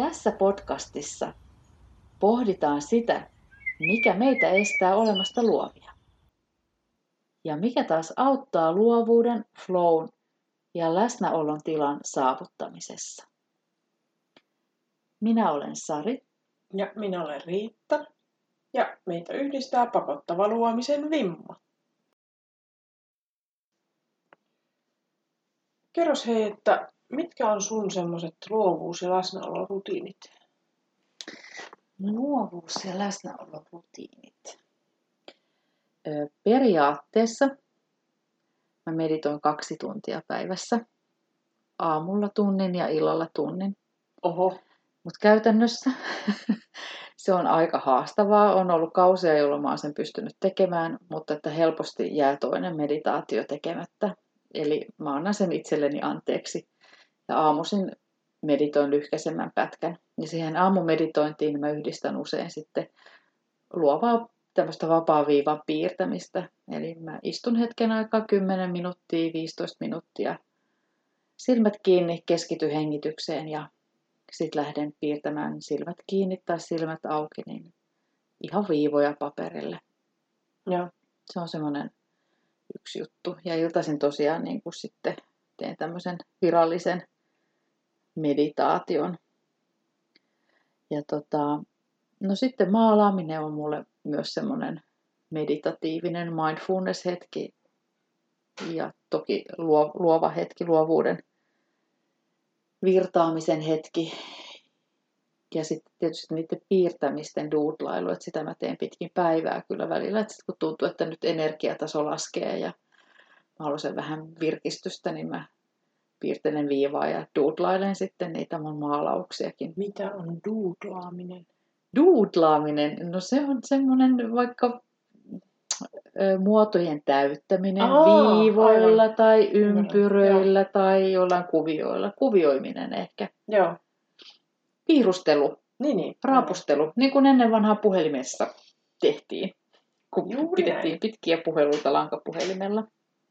Tässä podcastissa pohditaan sitä, mikä meitä estää olemasta luovia. Ja mikä taas auttaa luovuuden, flown ja läsnäolon tilan saavuttamisessa. Minä olen Sari. Ja minä olen Riitta. Ja meitä yhdistää pakottava luomisen vimma. Kerros hei, että mitkä on sun semmoiset luovuus- ja läsnäolorutiinit? Luovuus- ja läsnäolorutiinit. Periaatteessa mä meditoin 2 tuntia päivässä. Aamulla tunnin ja illalla tunnin. Oho. Mutta käytännössä se on aika haastavaa. On ollut kausia, jolloin mä oon sen pystynyt tekemään, mutta että helposti jää toinen meditaatio tekemättä. Eli mä annan sen itselleni anteeksi. Ja aamuisin meditoin lyhkäisemmän pätkän. Ja siihen aamumeditointiin mä yhdistän usein sitten luovaa tämmöistä vapaa-viivan piirtämistä. Eli mä istun hetken aikaa 10 minuuttia, 15 minuuttia. Silmät kiinni, keskity hengitykseen ja sitten lähden piirtämään silmät kiinni tai silmät auki, niin ihan viivoja paperille. Joo. Se on semmoinen yksi juttu. Ja iltaisin tosiaan niin kuin sitten teen tämmöisen virallisen meditaation. Ja no sitten maalaaminen on mulle myös semmoinen meditatiivinen mindfulness-hetki. Ja toki luova hetki, luovuuden virtaamisen hetki. Ja sitten tietysti niiden piirtämisten doodlailu, että sitä mä teen pitkin päivää kyllä välillä. Että kun tuntuu, että nyt energiataso laskee ja mä haluaisin vähän virkistystä, niin mä piirtelen viivaa ja doodlailen sitten niitä mun maalauksiakin. Mitä on doodlaaminen? Doodlaaminen, no se on semmoinen vaikka muotojen täyttäminen viivoilla aivan. tai ympyröillä tai jollain kuvioilla. Kuvioiminen ehkä. Joo. Piirustelu. Niin. Raapustelu, niin kuin ennen vanhaa puhelimessa tehtiin, kun pidettiin pitkiä puheluita lankapuhelimella.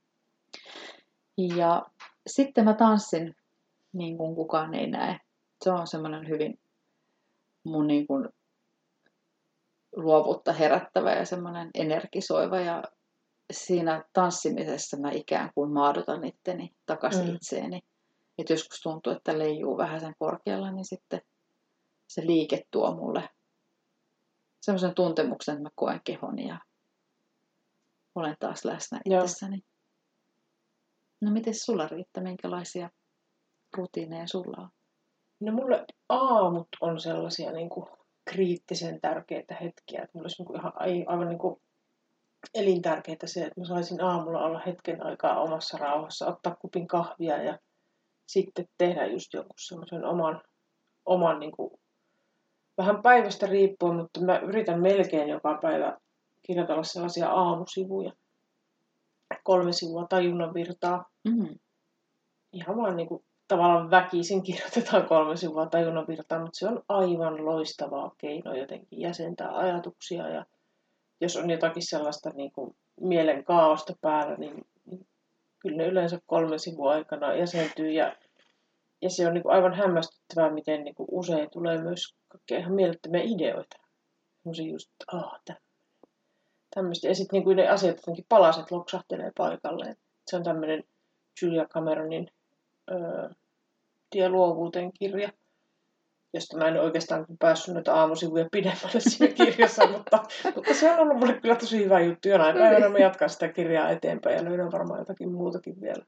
Ja sitten mä tanssin niin kuin kukaan ei näe. Se on semmoinen hyvin mun niin kuin luovuutta herättävä ja semmoinen energisoiva. Ja siinä tanssimisessa mä ikään kuin maadotan itteni takaisin itseeni. Et joskus tuntuu, että leijuu vähän sen korkealla, niin sitten se liike tuo mulle semmoisen tuntemuksen, että mä koen kehoni ja olen taas läsnä itsessäni. No miten sulla Riitta, minkälaisia rutiineja sulla on? No mulle aamut on sellaisia niin kuin kriittisen tärkeitä hetkiä. Että mulle olisi niin kuin ihan aivan niin kuin elintärkeää se, että mä saisin aamulla olla hetken aikaa omassa rauhassa, ottaa kupin kahvia ja sitten tehdä just jonkun semmoisen oman niin kuin, vähän päivästä riippuen, mutta mä yritän melkein joka päivä kirjoitella sellaisia aamusivuja. 3 sivua tajunnan virtaa. Mm-hmm. Ihan vaan niin kuin, tavallaan väkisin kirjoitetaan 3 sivua tajunnan virtaa, mutta se on aivan loistavaa keino jotenkin jäsentää ajatuksia. Ja jos on jotakin sellaista niin kuin mielen kaaosta päällä, niin kyllä ne yleensä 3 sivua aikana jäsentyy. Ja se on niin kuin aivan hämmästyttävää, miten niin kuin usein tulee myös ihan mielettömiä ideoita. Semmoisia just, tämmöistä. Ja sitten niin kuin ne asiat jotenkin palaset loksahtelee paikalleen. Se on tämmöinen Julia Cameronin Tie luovuuteen -kirja, josta mä en oikeastaan päässyt noita aamusivuja pidemmälle siinä kirjassa, mutta se on ollut mulle kyllä tosi hyvä juttu. Jonain päivänä mä jatkan sitä kirjaa eteenpäin ja löydän varmaan jotakin muutakin vielä.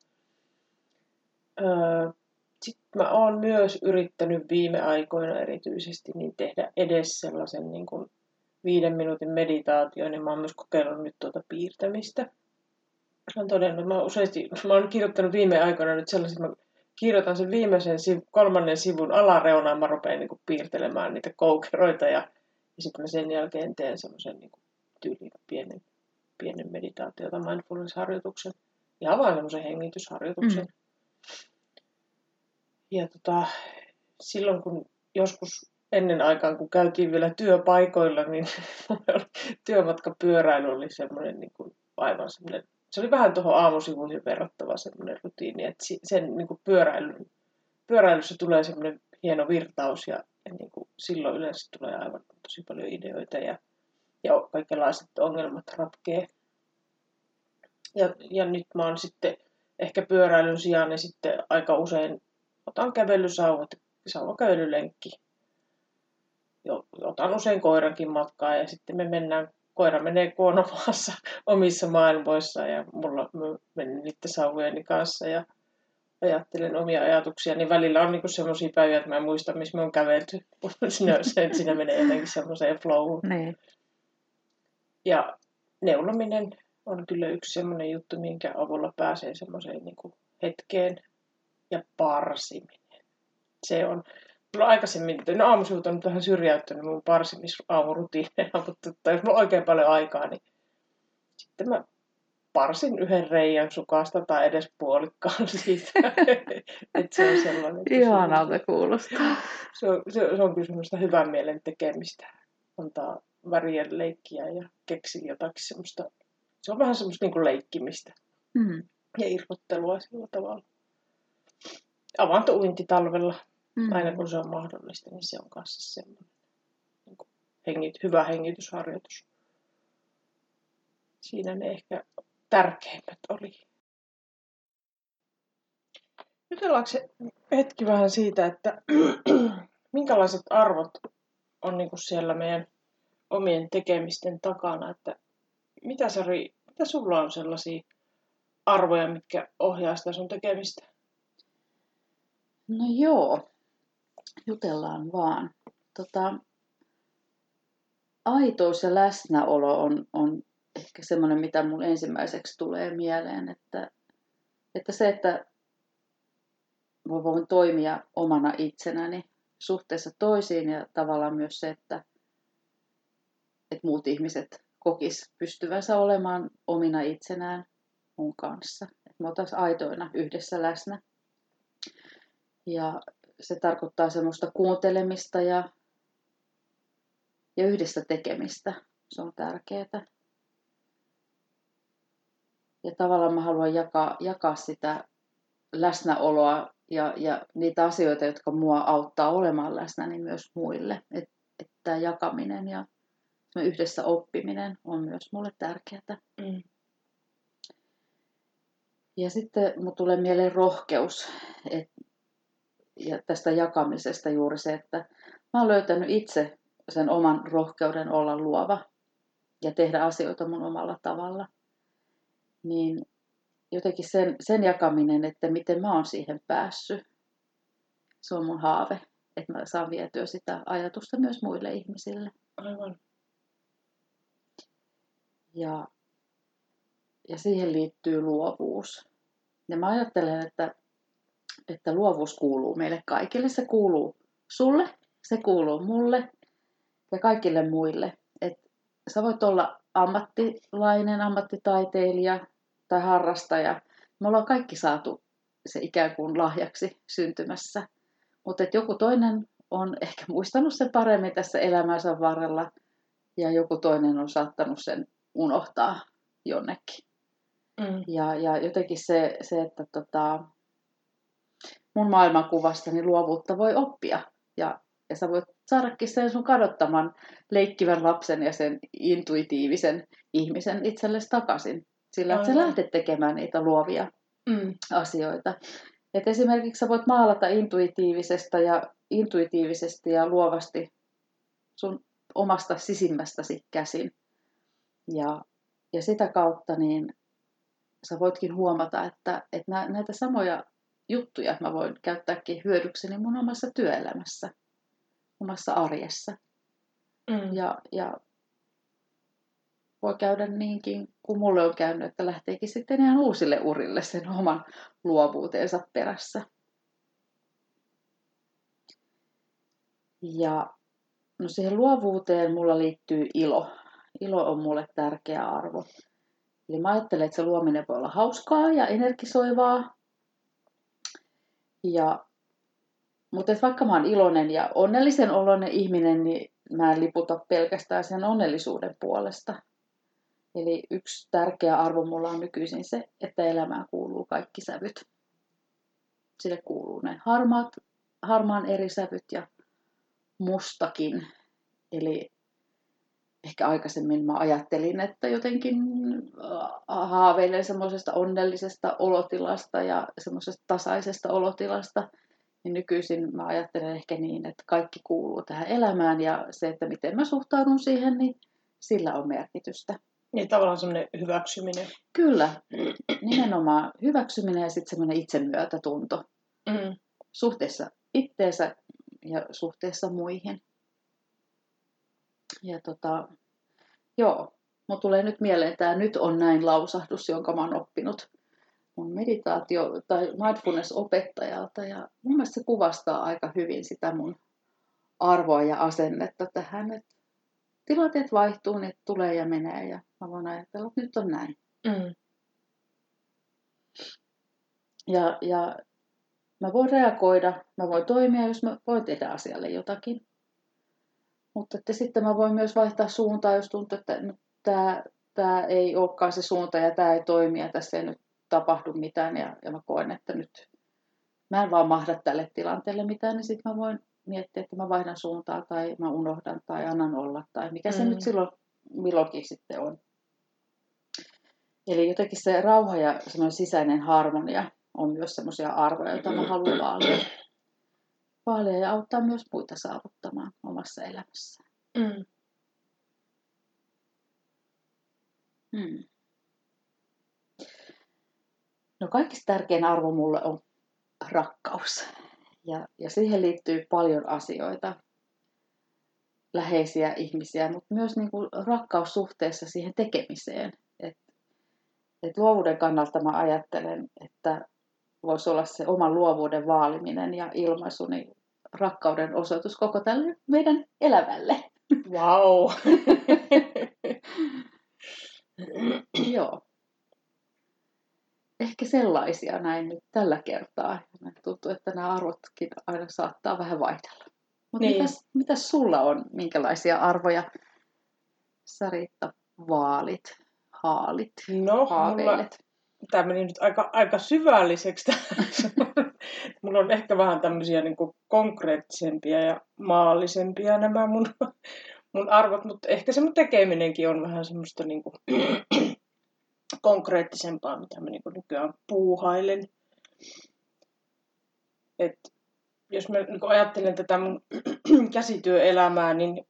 Sitten mä oon myös yrittänyt viime aikoina erityisesti niin tehdä edes sellaisen niin kuin 5 minuutin meditaation, niin mä oon myös kokeillut nyt tuota piirtämistä. Olen todennut, mä oon kirjoittanut viime aikoina nyt sellaisen, mä kirjoitan sen viimeisen 3. sivun alareunaan, mä rupean niin kuin piirtelemään niitä koukeroita ja sitten mä sen jälkeen teen semmoisen niin kuin tyyliin pienen meditaatio- tai mindfulness-harjoituksen. Ihan vaan semmoisen hengitysharjoituksen. Ja silloin kun joskus ennen aikaan, kun käytiin vielä työpaikoilla, niin työmatkapyöräily oli semmoinen niin kuin aivan semmoinen. Se oli vähän tuohon aamusivuihin verrattava semmoinen rutiini, että sen niin kuin pyöräilyssä tulee semmoinen hieno virtaus ja Ja niin kuin silloin yleensä tulee aivan tosi paljon ideoita ja kaikenlaiset ongelmat ratkee. Ja nyt mä oon sitten ehkä pyöräilyn sijaan niin sitten aika usein otan kävelysauvat, sauvakävelylenkki. Otan usein koirankin matkaa ja sitten koira menee kuonomaassa omissa maailmoissaan ja mulla menen niiden sauvojeni kanssa ja ajattelen omia ajatuksia, niin välillä on niinku semmoisia päiviä, että mä en muista, missä me on kävelty. Siinä menee jotenkin semmoiseen flowhun. Niin. Ja neulominen on kyllä yksi semmoinen juttu, minkä avulla pääsee semmoiseen niinku hetkeen. Ja parsiminen. Se on. Mulla aikaisemmin, aamusivut on vähän syrjäyttänyt mun parsimis-aamurutiineja, mutta jos mulla on oikein paljon aikaa, niin sitten mä parsin yhden reiän sukasta tai edes puolikkaan siitä. Että se on sellainen. Ihanalta kuulostaa. Se on kyllä semmoista hyvän mielen tekemistä. Antaa värien leikkiä ja keksiä jotakin semmoista. Se on vähän semmoista niin kuin leikkimistä. Ja irvottelua sillä tavalla. Avantouinti talvella. Aina kun se on mahdollista, niin se on kanssa semmoinen niin hyvä hengitysharjoitus. Siinä ne ehkä tärkeimmät oli. Jutellaanko se hetki vähän siitä, että minkälaiset arvot on niin kuin siellä meidän omien tekemisten takana, että mitä Sari, mitä sulla on sellaisia arvoja, mitkä ohjaa sitä sun tekemistä? No joo, jutellaan vaan. Aitous ja läsnäolo on ehkä semmoinen, mitä mun ensimmäiseksi tulee mieleen, että se, että voin toimia omana itsenäni suhteessa toisiin ja tavallaan myös se, että muut ihmiset kokis pystyvänsä olemaan omina itsenään mun kanssa. Että me oltaisiin aitoina yhdessä läsnä. Ja se tarkoittaa semmoista kuuntelemista ja yhdessä tekemistä. Se on tärkeää. Ja tavallaan mä haluan jakaa sitä läsnäoloa ja niitä asioita, jotka mua auttaa olemaan läsnä, niin myös muille. Että tämä jakaminen ja yhdessä oppiminen on myös mulle tärkeää. Ja sitten mun tulee mieleen rohkeus. Ja tästä jakamisesta juuri se, että mä oon löytänyt itse sen oman rohkeuden olla luova ja tehdä asioita mun omalla tavalla. Niin jotenkin sen jakaminen, että miten mä oon siihen päässyt, se on mun haave. Että mä saan vietyä sitä ajatusta myös muille ihmisille. Aivan. Ja siihen liittyy luovuus. Ja mä ajattelen, että luovuus kuuluu meille kaikille. Se kuuluu sulle, se kuuluu mulle ja kaikille muille. Että sä voit olla ammattilainen, ammattitaiteilija tai harrastaja. Me ollaan kaikki saatu se ikään kuin lahjaksi syntymässä. Mutta joku toinen on ehkä muistanut sen paremmin tässä elämänsä varrella ja joku toinen on saattanut sen unohtaa jonnekin. Ja jotenkin se että mun maailmankuvastani luovuutta voi oppia. Ja sä voit saadakin sen sun kadottaman leikkivän lapsen ja sen intuitiivisen ihmisen itsellesi takaisin. Sillä että sä lähdet tekemään niitä luovia asioita. Et esimerkiksi sä voit maalata intuitiivisesti ja luovasti sun omasta sisimmästäsi käsin. Ja sitä kautta niin sä voitkin huomata, että näitä samoja juttuja mä voin käyttääkin hyödykseni mun omassa työelämässä, omassa arjessa. Ja voi käydä niinkin, kun mulle on käynyt, että lähteekin sitten ihan uusille urille sen oman luovuutensa perässä. Ja no siihen luovuuteen mulla liittyy ilo. Ilo on mulle tärkeä arvo. Eli mä ajattelen, että se luominen voi olla hauskaa ja energisoivaa. Mutta vaikka mä oon iloinen ja onnellisen oloinen ihminen, niin mä en liputa pelkästään sen onnellisuuden puolesta. Eli yksi tärkeä arvo mulla on nykyisin se, että elämään kuuluu kaikki sävyt. Sille kuuluu ne harmaan eri sävyt ja mustakin. Eli ehkä aikaisemmin mä ajattelin, että jotenkin haaveilen semmoisesta onnellisesta olotilasta ja semmoisesta tasaisesta olotilasta. Niin nykyisin mä ajattelen ehkä niin, että kaikki kuuluu tähän elämään ja se, että miten mä suhtaudun siihen, niin sillä on merkitystä. Niin tavallaan semmoinen hyväksyminen. Kyllä, nimenomaan hyväksyminen ja sitten semmoinen itsemyötätunto suhteessa itteensä ja suhteessa muihin. Ja joo, mun tulee nyt mieleen tämä nyt on näin -lausahdus, jonka mä oon oppinut mun meditaatio- tai mindfulness-opettajalta. Ja mun mielestä se kuvastaa aika hyvin sitä mun arvoa ja asennetta tähän, että tilanteet vaihtuu, ne tulee ja menee ja mä voin ajatella, että nyt on näin. Ja mä voin reagoida, mä voin toimia, jos mä voin tehdä asialle jotakin. Mutta että sitten mä voin myös vaihtaa suuntaa, jos tuntuu, että tämä ei olekaan se suunta ja tämä ei toimi ja tässä ei nyt tapahdu mitään. Ja mä koen, että nyt mä en vaan mahda tälle tilanteelle mitään, niin sitten mä voin miettiä, että mä vaihdan suuntaa tai mä unohdan tai annan olla tai mikä se nyt silloin milloinkin sitten on. Eli jotenkin se rauha ja semmoinen sisäinen harmonia on myös semmoisia arvoja, joita mä haluan vaalia ja auttaa myös muita saavuttamaan omassa elämässään. No kaikista tärkein arvo mulle on rakkaus. Ja siihen liittyy paljon asioita, läheisiä ihmisiä, mutta myös niin kuin rakkaus suhteessa siihen tekemiseen. Et luovuuden kannalta mä ajattelen, että voisi olla se oman luovuuden vaaliminen ja ilmaisu, niin rakkauden osoitus koko tälle meidän elämälle. Wow. Joo. Ehkä sellaisia näin nyt tällä kertaa. Tuntuu, että nämä arvotkin aina saattaa vähän vaihdella. Mutta Niin. mitäs sulla on? Minkälaisia arvoja sä, Riitta, haalit, haaveilet? Tämä meni nyt aika syvälliseksi. Mulla on ehkä vähän tämmöisiä niin kuin konkreettisempia ja maallisempia nämä mun arvot, mutta ehkä se mun tekeminenkin on vähän semmoista niin kuin konkreettisempaa, mitä mä niin kuin nykyään puuhailen. Et jos mä niin kuin ajattelen tätä mun käsityöelämää, niin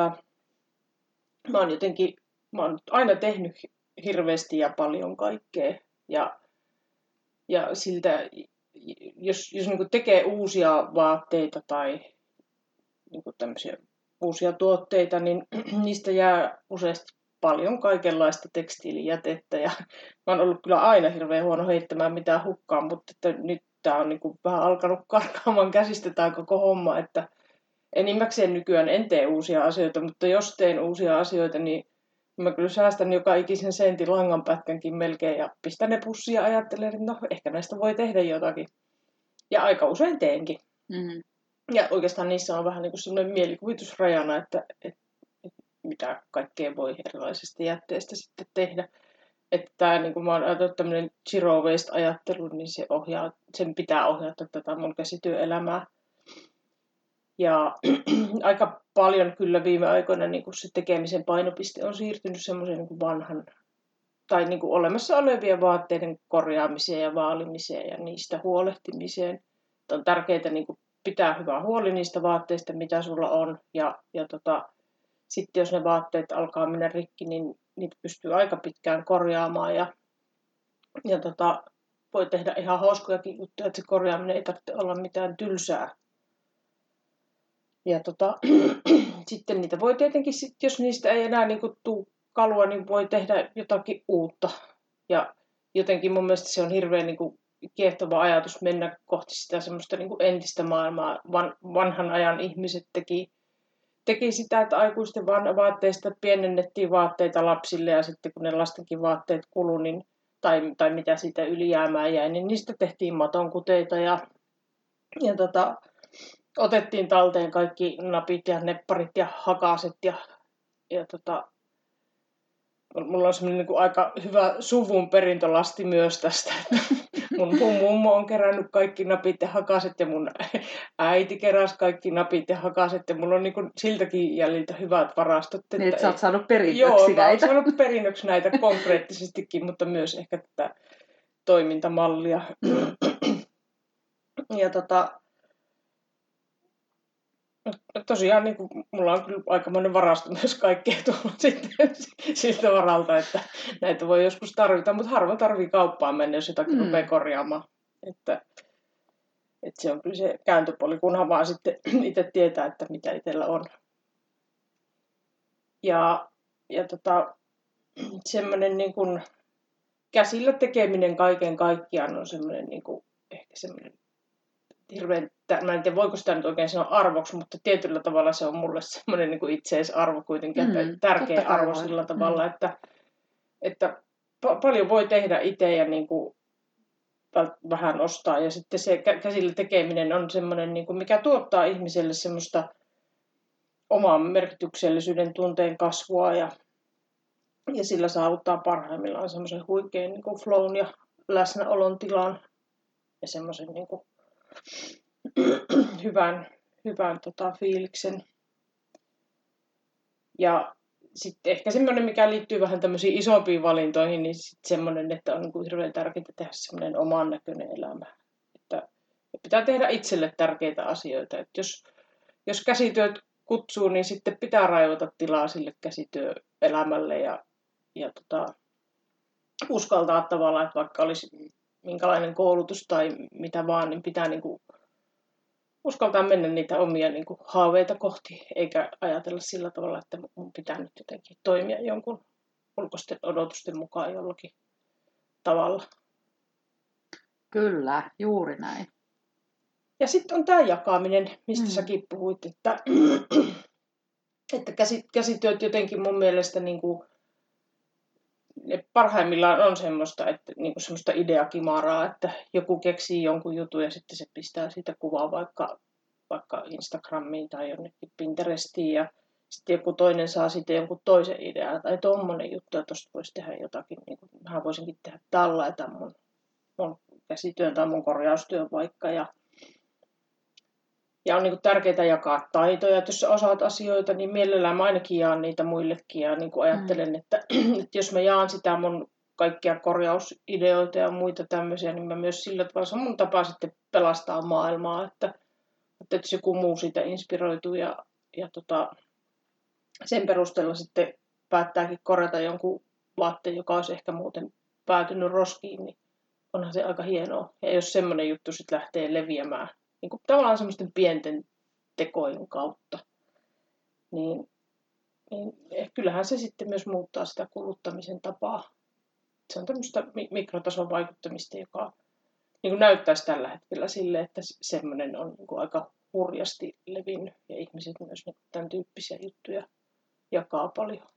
mä oon aina tehnyt hirveästi ja paljon kaikkea. Ja siltä, jos niin kuin tekee uusia vaatteita tai niin kuin tämmöisiä uusia tuotteita, niin niistä jää useasti paljon kaikenlaista tekstiilijätettä. Ja mä oon ollut kyllä aina hirveän huono heittämään mitään hukkaan, mutta että nyt tää on niin kuin vähän alkanut karkaamaan käsistä tää koko homma, että enimmäkseen nykyään en tee uusia asioita, mutta jos teen uusia asioita, niin mä kyllä säästän joka ikisen sentin langanpätkänkin melkein ja pistän ne pussiin ja ajattelen, että no ehkä näistä voi tehdä jotakin. Ja aika usein teenkin. Ja oikeastaan niissä on vähän niin kuin sellainen mielikuvitusrajana, että mitä kaikkea voi erilaisista jätteistä sitten tehdä. Että tämä, niin kuin mä oon ajatellut, tämmöinen zero waste-ajattelu, niin sen pitää ohjata tätä mun käsityöelämää. Ja aika paljon kyllä viime aikoina niin kuin se tekemisen painopiste on siirtynyt semmoiseen niin kuin vanhan tai niin kuin olemassa olevien vaatteiden korjaamiseen ja vaalimiseen ja niistä huolehtimiseen. Että on tärkeää niin kuin pitää hyvää huoli niistä vaatteista, mitä sulla on. Ja sitten jos ne vaatteet alkaa mennä rikki, niin niitä pystyy aika pitkään korjaamaan. Ja voi tehdä ihan hauskojakin juttuja, että se korjaaminen ei tarvitse olla mitään tylsää. Ja sitten niitä voi tietenkin, jos niistä ei enää niin kuin tule kalua, niin voi tehdä jotakin uutta. Ja jotenkin mun mielestä se on hirveän niin kuin kiehtova ajatus mennä kohti sitä semmoista niin kuin entistä maailmaa. Vanhan ajan ihmiset teki sitä, että aikuisten vaatteista pienennettiin vaatteita lapsille ja sitten kun ne lastenkin vaatteet kului, niin, tai mitä siitä ylijäämää jäi, niin niistä tehtiin matonkuteita ja otettiin talteen kaikki napit ja nepparit ja hakaset ja mulla on semmoinen niin kuin aika hyvä suvun perintölasti myös tästä, että mun mummo on kerännyt kaikki napit ja hakaset ja mun äiti keräsi kaikki napit ja hakaset ja mulla on niin kuin siltäkin jäljiltä hyvät varastot. Niin, että sä oot saanut perinnöksi joo, näitä. Joo, mä oon saanut perinnöksi näitä konkreettisestikin, mutta myös ehkä tätä toimintamallia. Ja tosiaan niin kuin, mulla on kyllä aikamoinen varasto myös kaikkea tullut sitten siltä varalta, että näitä voi joskus tarvita, mutta harvoin tarvii kauppaan mennä, jos jotakin rupeaa korjaamaan. Että se on kyllä se kääntöpuoli, kunhan vaan sitten itse tietää, että mitä itsellä on. Ja semmoinen niin kuin käsillä tekeminen kaiken kaikkiaan on semmoinen niin kuin, ehkä semmoinen hirveän, mä en tiedä voiko sitä nyt oikein sanoa arvoksi, mutta tietyllä tavalla se on mulle semmoinen niin kuin itseisarvo kuitenkin, tärkeä arvo sillä tavalla, että paljon voi tehdä itse ja niin kuin vähän ostaa ja sitten se käsillä tekeminen on semmoinen, niin kuin mikä tuottaa ihmiselle semmoista oman merkityksellisyyden tunteen kasvua ja sillä saavuttaa parhaimmillaan semmoisen huikean niin kuin flown ja läsnäolon tilan ja semmoisen niin kuin hyvän fiiliksen. Ja sitten ehkä semmoinen, mikä liittyy vähän tämmöisiin isompiin valintoihin, niin sitten semmoinen, että on niin kuin hirveän tärkeää tehdä semmoinen oman näköinen elämä. Että pitää tehdä itselle tärkeitä asioita. Että jos käsityöt kutsuu, niin sitten pitää raivata tilaa sille käsityöelämälle ja uskaltaa tavallaan, että vaikka olisi minkälainen koulutus tai mitä vaan, niin pitää niin kuin uskaltaa mennä niitä omia niin kuin haaveita kohti, eikä ajatella sillä tavalla, että mun pitää nyt jotenkin toimia jonkun ulkoisten odotusten mukaan jollakin tavalla. Kyllä, juuri näin. Ja sitten on tämä jakaminen, mistä säkin puhuit, että käsityöt jotenkin mun mielestä niin kuin, ne parhaimmillaan on semmoista, että niin kuin semmoista ideakimaraa, että joku keksii jonkun jutun ja sitten se pistää siitä kuvaa vaikka Instagramiin tai jonnekin Pinterestiin ja sitten joku toinen saa sitten jonkun toisen idean tai tommonen juttu, että tosta voisi tehdä jotakin, niin kuin mä voisinkin tehdä tällaita mun käsityön tai mun korjaustyön vaikka ja on niin kuin tärkeää jakaa taitoja, että jos sä osaat asioita, niin mielellään mä ainakin jaan niitä muillekin ja niin kuin ajattelen, että jos mä jaan sitä mun kaikkia korjausideoita ja muita tämmöisiä, niin mä myös sillä tavalla se on mun tapa sitten pelastaa maailmaa, että jos joku muu siitä inspiroituu ja sen perusteella sitten päättääkin korjata jonkun vaatteen, joka olisi ehkä muuten päätynyt roskiin, niin onhan se aika hienoa. Ja jos semmoinen juttu sitten lähtee leviämään, niin kuin tavallaan semmoisten pienten tekojen kautta, niin kyllähän se sitten myös muuttaa sitä kuluttamisen tapaa. Se on tämmöistä mikrotason vaikuttamista, joka niin kuin näyttäisi tällä hetkellä sille, että semmoinen on niin kuin aika hurjasti levinnyt ja ihmiset myös tämän tyyppisiä juttuja jakaa paljon.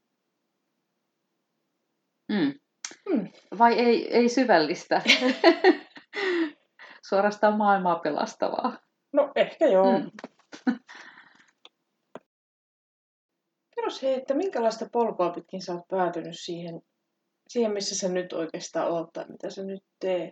Vai ei syvällistä? Suorastaan maailmaa pelastavaa. No ehkä joo. Kerros hei, että minkälaista polkua pitkin sä oot päätynyt siihen missä sä nyt oikeastaan oot tai mitä sä nyt teet?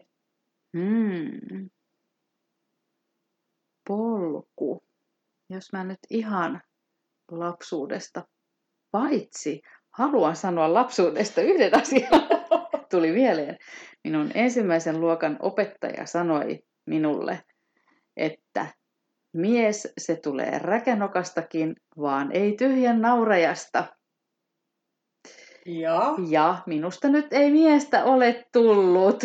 Polku. Jos mä nyt ihan lapsuudesta, paitsi haluan sanoa lapsuudesta yhden asian, tuli mieleen. Minun ensimmäisen luokan opettaja sanoi minulle, että mies se tulee räkänokastakin, vaan ei tyhjän naurajasta. Ja minusta nyt ei miestä ole tullut.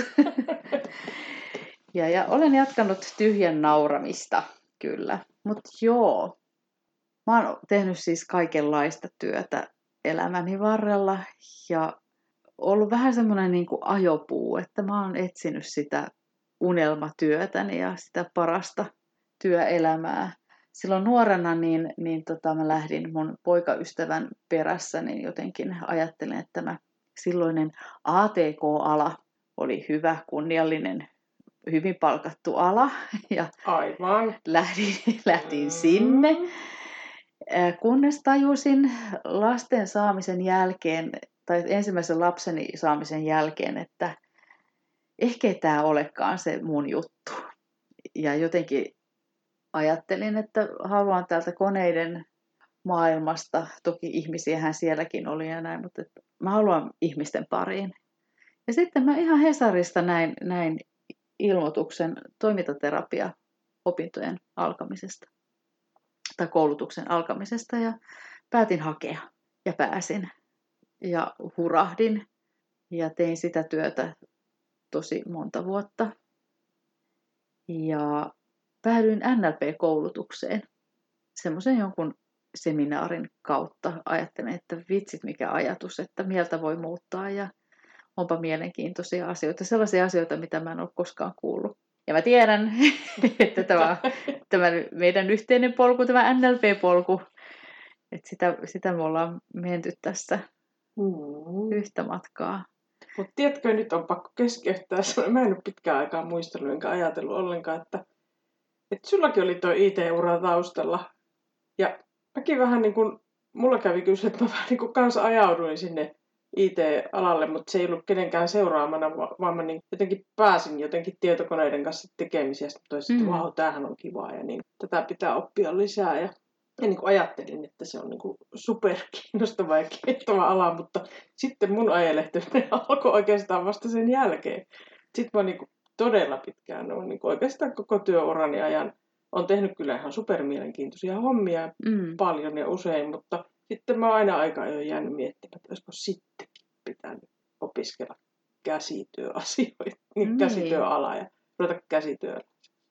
ja olen jatkanut tyhjän nauramista, kyllä. Mutta joo, mä oon tehnyt siis kaikenlaista työtä elämäni varrella ja ollut vähän semmoinen niin kuin ajopuu, että mä oon etsinyt sitä unelmatyötäni ja sitä parasta työelämää. Silloin nuorena niin mä lähdin mun poikaystävän perässä, niin jotenkin ajattelen, että tämä silloinen ATK-ala oli hyvä, kunniallinen, hyvin palkattu ala. Ja aivan. Lähdin sinne, kunnes tajusin lasten saamisen jälkeen tai ensimmäisen lapseni saamisen jälkeen, että ehkä ei tämä olekaan se mun juttu. Ja jotenkin ajattelin, että haluan täältä koneiden maailmasta, toki ihmisiähän sielläkin oli ja näin, mutta että mä haluan ihmisten pariin. Ja sitten mä ihan Hesarista näin ilmoituksen toimintaterapia-opintojen alkamisesta tai koulutuksen alkamisesta ja päätin hakea ja pääsin ja hurahdin ja tein sitä työtä tosi monta vuotta ja päädyin NLP-koulutukseen semmoisen jonkun seminaarin kautta. Ajattelin, että vitsit mikä ajatus, että mieltä voi muuttaa ja onpa mielenkiintoisia asioita, sellaisia asioita, mitä mä en ole koskaan kuullut. Ja mä tiedän, että tämä meidän yhteinen polku, tämä NLP-polku, että sitä me ollaan menty tässä yhtä matkaa. Mutta tiedätkö, nyt on pakko keskeyttää. Mä en ole pitkään aikaa muistellut enkä ajatellut ollenkaan, että sullakin oli tuo IT-ura taustalla. Ja mäkin vähän niin kuin, mulla kävi kyllä, että mä vähän niin kuin kanssa ajauduin sinne IT-alalle, mutta se ei ollut kenenkään seuraamana, vaan mä niin jotenkin pääsin jotenkin tietokoneiden kanssa tekemisiä. Sitten toisin, että vau, tämähän on kivaa ja niin, tätä pitää oppia lisää. Ja niin kuin ajattelin, että se on niin kuin superkiinnostava ja kiehtova ala, mutta sitten mun ajelehtiminen alkoi oikeastaan vasta sen jälkeen. Sitten mä niin kuin todella pitkään olen niin kuin oikeastaan koko työurani ajan on tehnyt kyllä ihan supermielenkiintoisia hommia paljon ja usein, mutta sitten mä aina aika ajoin jäänyt miettimään, että olisiko sittenkin pitänyt opiskella käsityöasioita, niin käsityöalaa ja ruveta käsityöllä.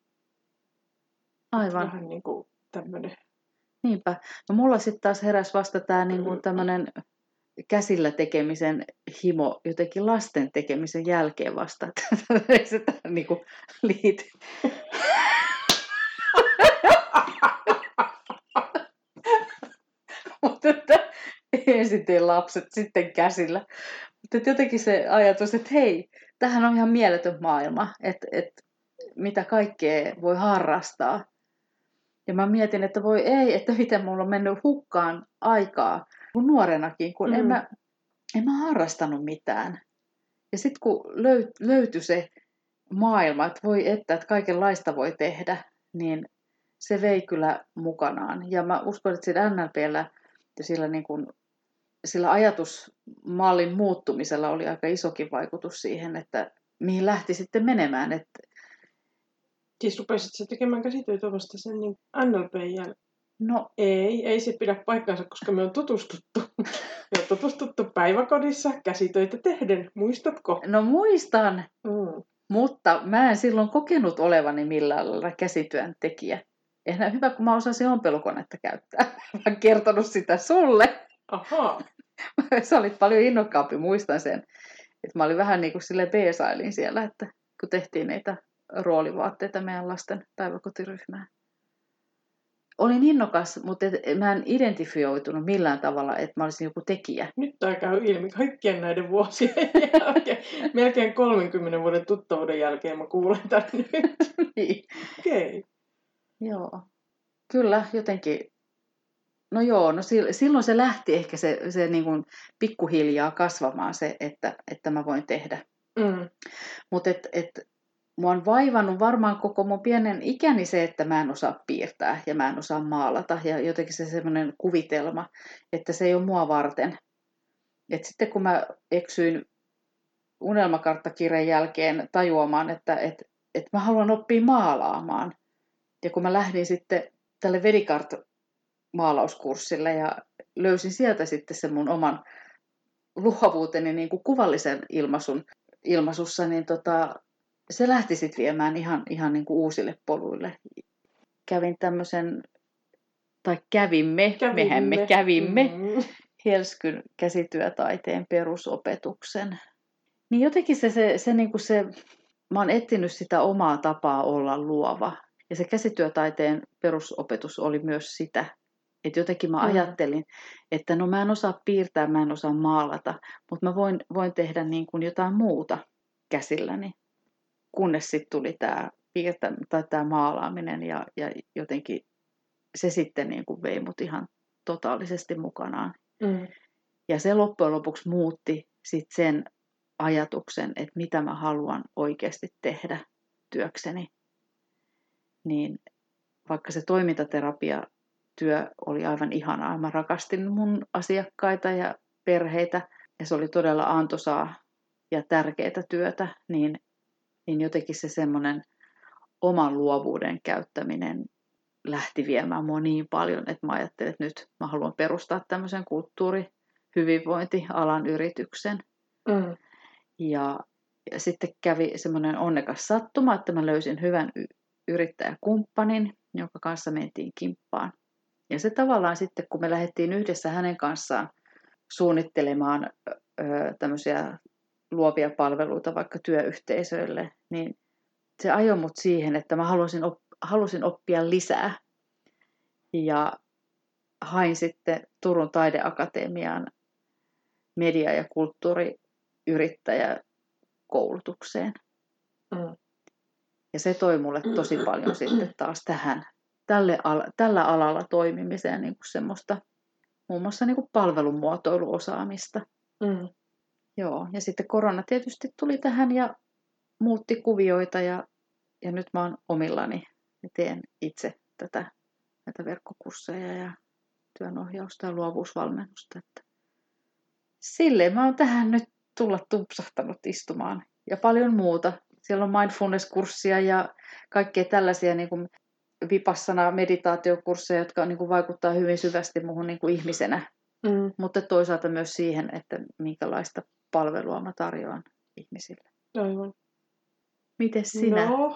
Aivan. Vähän niin kuin tämmöinen. Niinpä. No mulla sitten taas heräsi vasta tämä niin tämmöinen käsillä tekemisen himo jotenkin lasten tekemisen jälkeen vasta. Ei se tähän niin kuin liity. Mutta että ensin teen lapset, sitten käsillä. Mutta jotenkin se ajatus, että hei, tämähän on ihan mieletön maailma, että mitä kaikkea voi harrastaa. Ja mä mietin, että voi ei, että miten mulla on mennyt hukkaan aikaa, kun nuorenakin, kun en mä harrastanut mitään. Ja sitten kun löytyi se maailma, että voi että kaikenlaista voi tehdä, niin se vei kyllä mukanaan. Ja mä uskon, että sillä NLP:llä ja sillä ajatusmallin muuttumisella oli aika isokin vaikutus siihen, että mihin lähti sitten menemään. Että siis rupesit sä tekemään käsityötä vasta sen niin NLP:n jälkeen? No ei se pidä paikkaansa, koska me on tutustuttu. Me on tutustuttu päiväkodissa käsitöitä tehden. Muistatko? No muistan, mutta mä en silloin kokenut olevani millään lailla käsityöntekijä. Eihän hyvä, kun mä osasin ompelukonetta käyttää. Mä oon kertonut sitä sulle. Ahaa. Sä olit paljon innokkaampi, muistan sen. Että mä olin vähän niin kuin silleen beesailin siellä, että kun tehtiin niitä roolivaatteita meidän lasten päiväkotiryhmään. Olin innokas, mutta mä en identifioitunut millään tavalla, että mä olisin joku tekijä. Nyt tämä käy ilmi kaikkien näiden vuosien jälkeen. Melkein 30 vuoden tuttavuuden jälkeen mä kuulen tämän nyt. Niin. Okei. Okay. Joo. Kyllä, jotenkin. No joo, no silloin se lähti ehkä se niin kuin pikkuhiljaa kasvamaan se, että mä voin tehdä. Mutta mua on vaivannut varmaan koko mun pienen ikäni se, että mä en osaa piirtää ja mä en osaa maalata. Ja jotenkin se semmoinen kuvitelma, että se ei ole mua varten. Et sitten kun mä eksyin unelmakarttakirjan jälkeen tajuamaan, että mä haluan oppia maalaamaan. Ja kun mä lähdin sitten tälle Vedikart-maalauskurssille ja löysin sieltä sitten sen mun oman luovuuteni niin kuin kuvallisen ilmaisussa, niin se lähti sitten viemään ihan niin kuin uusille poluille. Kävin tämmöisen, tai kävimme. Helskyn käsityötaiteen perusopetuksen. Niin jotenkin se niin kuin mä oon etsinyt sitä omaa tapaa olla luova. Ja se käsityötaiteen perusopetus oli myös sitä. Että jotenkin mä ajattelin, että no mä en osaa piirtää, mä en osaa maalata, mutta mä voin tehdä niin kuin jotain muuta käsilläni. Kunnes sitten tuli tämä maalaaminen ja jotenkin se sitten niin kuin vei mut ihan totaalisesti mukanaan. Ja se loppujen lopuksi muutti sit sen ajatuksen, että mitä mä haluan oikeasti tehdä työkseni. Niin vaikka se toimintaterapiatyö oli aivan ihanaa, mä rakastin mun asiakkaita ja perheitä, ja se oli todella antoisaa ja tärkeää työtä, niin jotenkin se semmoinen oman luovuuden käyttäminen lähti viemään mua niin paljon, että mä ajattelin, että nyt mä haluan perustaa tämmöisen kulttuurihyvinvointialan yrityksen. Ja sitten kävi semmoinen onnekas sattuma, että mä löysin hyvän yrittäjäkumppanin, jonka kanssa mentiin kimppaan. Ja se tavallaan sitten, kun me lähdettiin yhdessä hänen kanssaan suunnittelemaan tämmöisiä luovia palveluita vaikka työyhteisöille, niin se ajoi mut siihen, että mä halusin oppia lisää. Ja hain sitten Turun taideakatemian media- ja kulttuuriyrittäjäkoulutukseen. Ja se toi mulle tosi paljon sitten taas tällä alalla toimimiseen niin kuin semmoista muun muassa niin kuin palvelumuotoiluosaamista. Joo, ja sitten korona tietysti tuli tähän ja muutti kuvioita ja nyt mä oon omillani ja teen itse näitä verkkokursseja ja työnohjausta ja luovuusvalmennusta. Että silleen mä oon tähän nyt tulla tupsahtanut istumaan ja paljon muuta. Siellä on mindfulness-kurssia ja kaikkea tällaisia niin kuin vipassana-meditaatiokursseja, jotka niin kuin vaikuttaa hyvin syvästi muuhun niin kuin ihmisenä. Mutta toisaalta myös siihen, että minkälaista palvelua mä tarjoan ihmisille. Aivan. Miten sinä? No,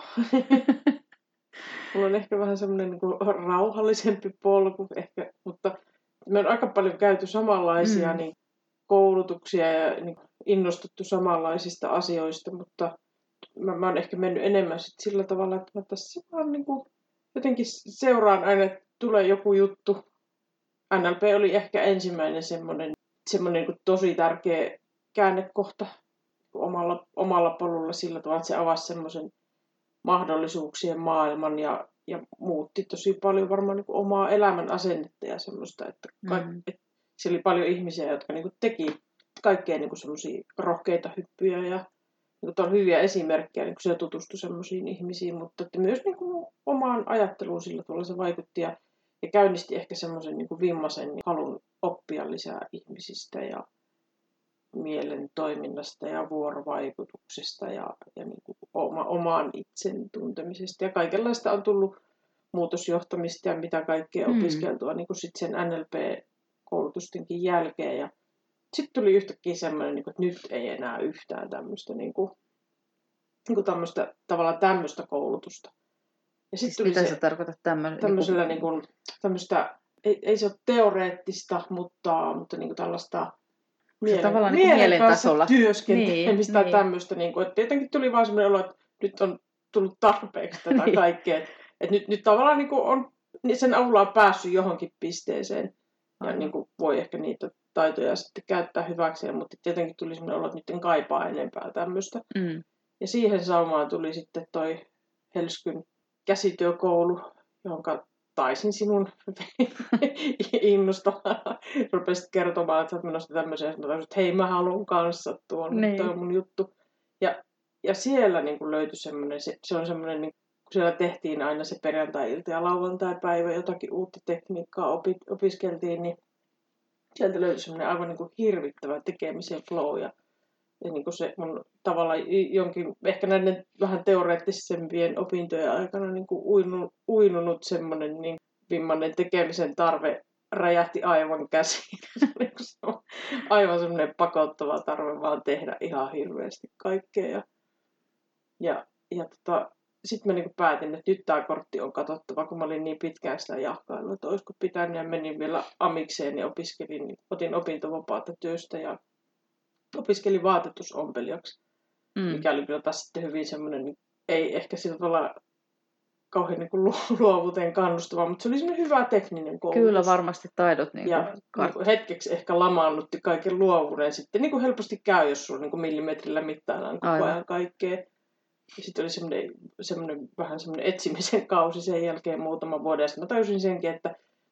mulla on ehkä vähän semmoinen niin kuin rauhallisempi polku ehkä, mutta me on aika paljon käyty samanlaisia niin koulutuksia ja niin innostuttu samanlaisista asioista, mutta mä oon ehkä mennyt enemmän sit sillä tavalla, että mä tässä vaan niin kuin jotenkin seuraan aina, että tulee joku juttu. NLP oli ehkä ensimmäinen semmoinen niin kuin tosi tärkeä käännekohta omalla polulla sillä tavalla, että se avasi semmoisen mahdollisuuksien maailman ja muutti tosi paljon varmaan niin kuin omaa elämän asennetta ja semmoista, että siellä oli paljon ihmisiä, jotka niin kuin teki kaikkea niin kuin semmoisia rohkeita hyppyjä ja niin kuin on hyviä esimerkkejä, niin kuin se tutustui semmoisiin ihmisiin, mutta että myös niin kuin omaan ajatteluun sillä tavalla se vaikutti ja käynnisti ehkä semmoisen niin kuin vimmaisen halun oppia lisää ihmisistä ja mielen toiminnasta ja vuorovaikutuksesta ja niin kuin omaan itsen tuntemisesta. Ja kaikenlaista on tullut muutosjohtamista ja mitä kaikkea opiskeltua niin kuin sit sen NLP-koulutustenkin jälkeen. Ja sitten tuli yhtäkkiä semmoinen, että nyt ei enää yhtään tämmöistä tavallaan tämmöistä koulutusta. Ja siis mitä sä tarkoitat tämmöisellä tämmöistä, ei se ole teoreettista, mutta niin kuin tällaista mielen tasolla työskentelemistä tai tämmöistä. Niin kuin, että jotenkin tuli vaan semmoinen olo, että nyt on tullut tarpeeksi tätä kaikkea. Että nyt tavallaan niin kuin on, sen avulla on päässyt johonkin pisteeseen. Ja niin kuin voi ehkä niitä taitoja sitten käyttää hyväkseen, mutta jotenkin tuli semmoinen olo, että nyt en kaipaa enempää tämmöistä. Ja siihen saumaan tuli sitten toi Helskyn käsityökoulu, jonka taisin sinun innostaa. Rupesit kertomaan, että sä oot menossa tämmöiseen, että hei mä haluan kanssa tuon, toi on mun juttu. Ja siellä niin kuin löytyi semmoinen, se on semmoinen, niin, kun siellä tehtiin aina se perjantai-ilta ja lauantai-päivä, jotakin uutta tekniikkaa opiskeltiin, niin sieltä löytyi semmoinen aivan niin kuin hirvittävä tekemisen flow ja niin kuin se mun tavallaan jonkin, ehkä näiden vähän teoreettisempien opintojen aikana niin kuin uinunut semmoinen niin vimmainen tekemisen tarve räjähti aivan käsiin. Aivan semmoinen pakottava tarve vaan tehdä ihan hirveästi kaikkea. Ja sitten mä niin päätin, että nyt tämä kortti on katsottava, kun mä olin niin pitkään sitä jahkaillut, että olisiko pitänyt ja menin vielä amikseen ja otin opintovapaata työstä ja opiskelin vaatetusompelijaksi, mikä oli kyllä taas sitten hyvin semmoinen, niin ei ehkä sillä tavalla kauhean niin kuin luovuuteen kannustava, mutta se oli semmoinen hyvä tekninen koulutus. Kyllä varmasti taidot. Niin kuin hetkeksi ehkä lamaannutti kaiken luovuuden. Sitten niin kuin helposti käy, jos sulla niin kuin millimetrillä mittaillaan koko ajan kaikkea. Ja sitten oli semmoinen vähän semmoinen etsimisen kausi sen jälkeen muutaman vuoden. Ja sitten mä tajusin senkin, että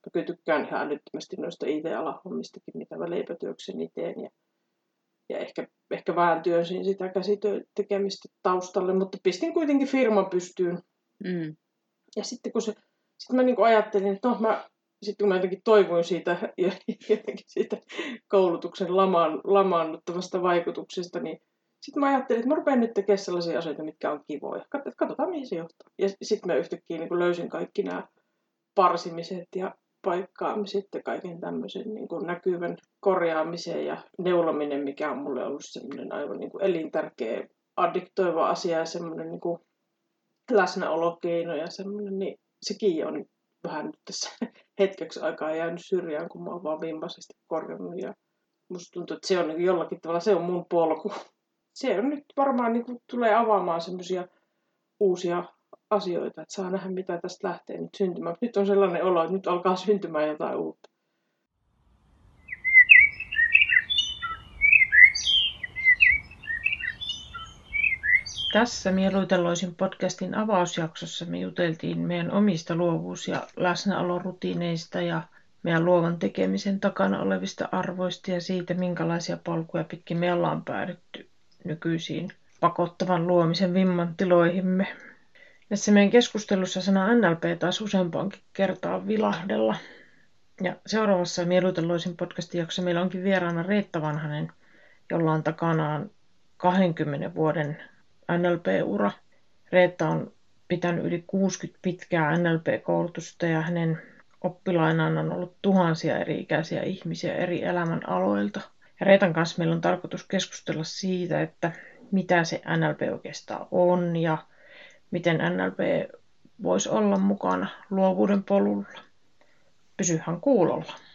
Mä kyllä tykkään ihan älyttömästi noista IT-alan hommistakin, mitä mä leipätyökseni teen. Ja ehkä vähän työnsin sitä käsityötekemistä taustalle, mutta pistin kuitenkin firman pystyyn. Mm. Ja sitten sitten mä niinku ajattelin, että sitten kun mä jotenkin toivoin siitä koulutuksen lamaannuttavasta vaikutuksesta, niin sitten mä ajattelin, että mä rupean nyt tekemään sellaisia asioita, mitkä on kivoja. Katsotaan, mihin se johtaa. Ja sitten mä yhtäkkiä niin löysin kaikki nämä parsimiset ja paikkaamiset ja kaiken tämmöisen niin kuin näkyvän korjaamisen ja neulominen, mikä on mulle ollut semmoinen aivan niin kuin elintärkeä addiktoiva asia ja semmoinen niin kuin läsnäolokeino ja semmoinen, niin sekin on vähän nyt tässä hetkeksi aikaa jäänyt syrjään, kun mä oon vaan vimmaisesti korjannut ja musta tuntuu, että se on niin jollakin tavalla, se on mun polku. Se on nyt varmaan niin kuin tulee avaamaan semmoisia uusia asioita, että saa nähdä, mitä tästä lähtee nyt syntymään. Nyt on sellainen olo, että nyt alkaa syntymään jotain uutta. Tässä Mieluiten podcastin avausjaksossa me juteltiin meidän omista luovuus- ja läsnäolorutiineista ja meidän luovan tekemisen takana olevista arvoista ja siitä, minkälaisia polkuja pitkin me ollaan päädytty nykyisiin pakottavan luomisen vimman tiloihimme. Tässä meidän keskustelussa sana NLP taas useampaankin kertaa vilahdella. Ja seuraavassa Mieluiten podcastin jaksossa meillä onkin vieraana Reetta Vanhanen, jolla on takanaan 20 vuoden NLP-ura. Reetta on pitänyt yli 60 pitkää NLP-koulutusta ja hänen oppilainaan on ollut tuhansia eri-ikäisiä ihmisiä eri elämän aloilta. Ja Reetan kanssa meillä on tarkoitus keskustella siitä, että mitä se NLP oikeastaan on ja miten NLP voisi olla mukana luovuuden polulla. Pysyhän kuulolla.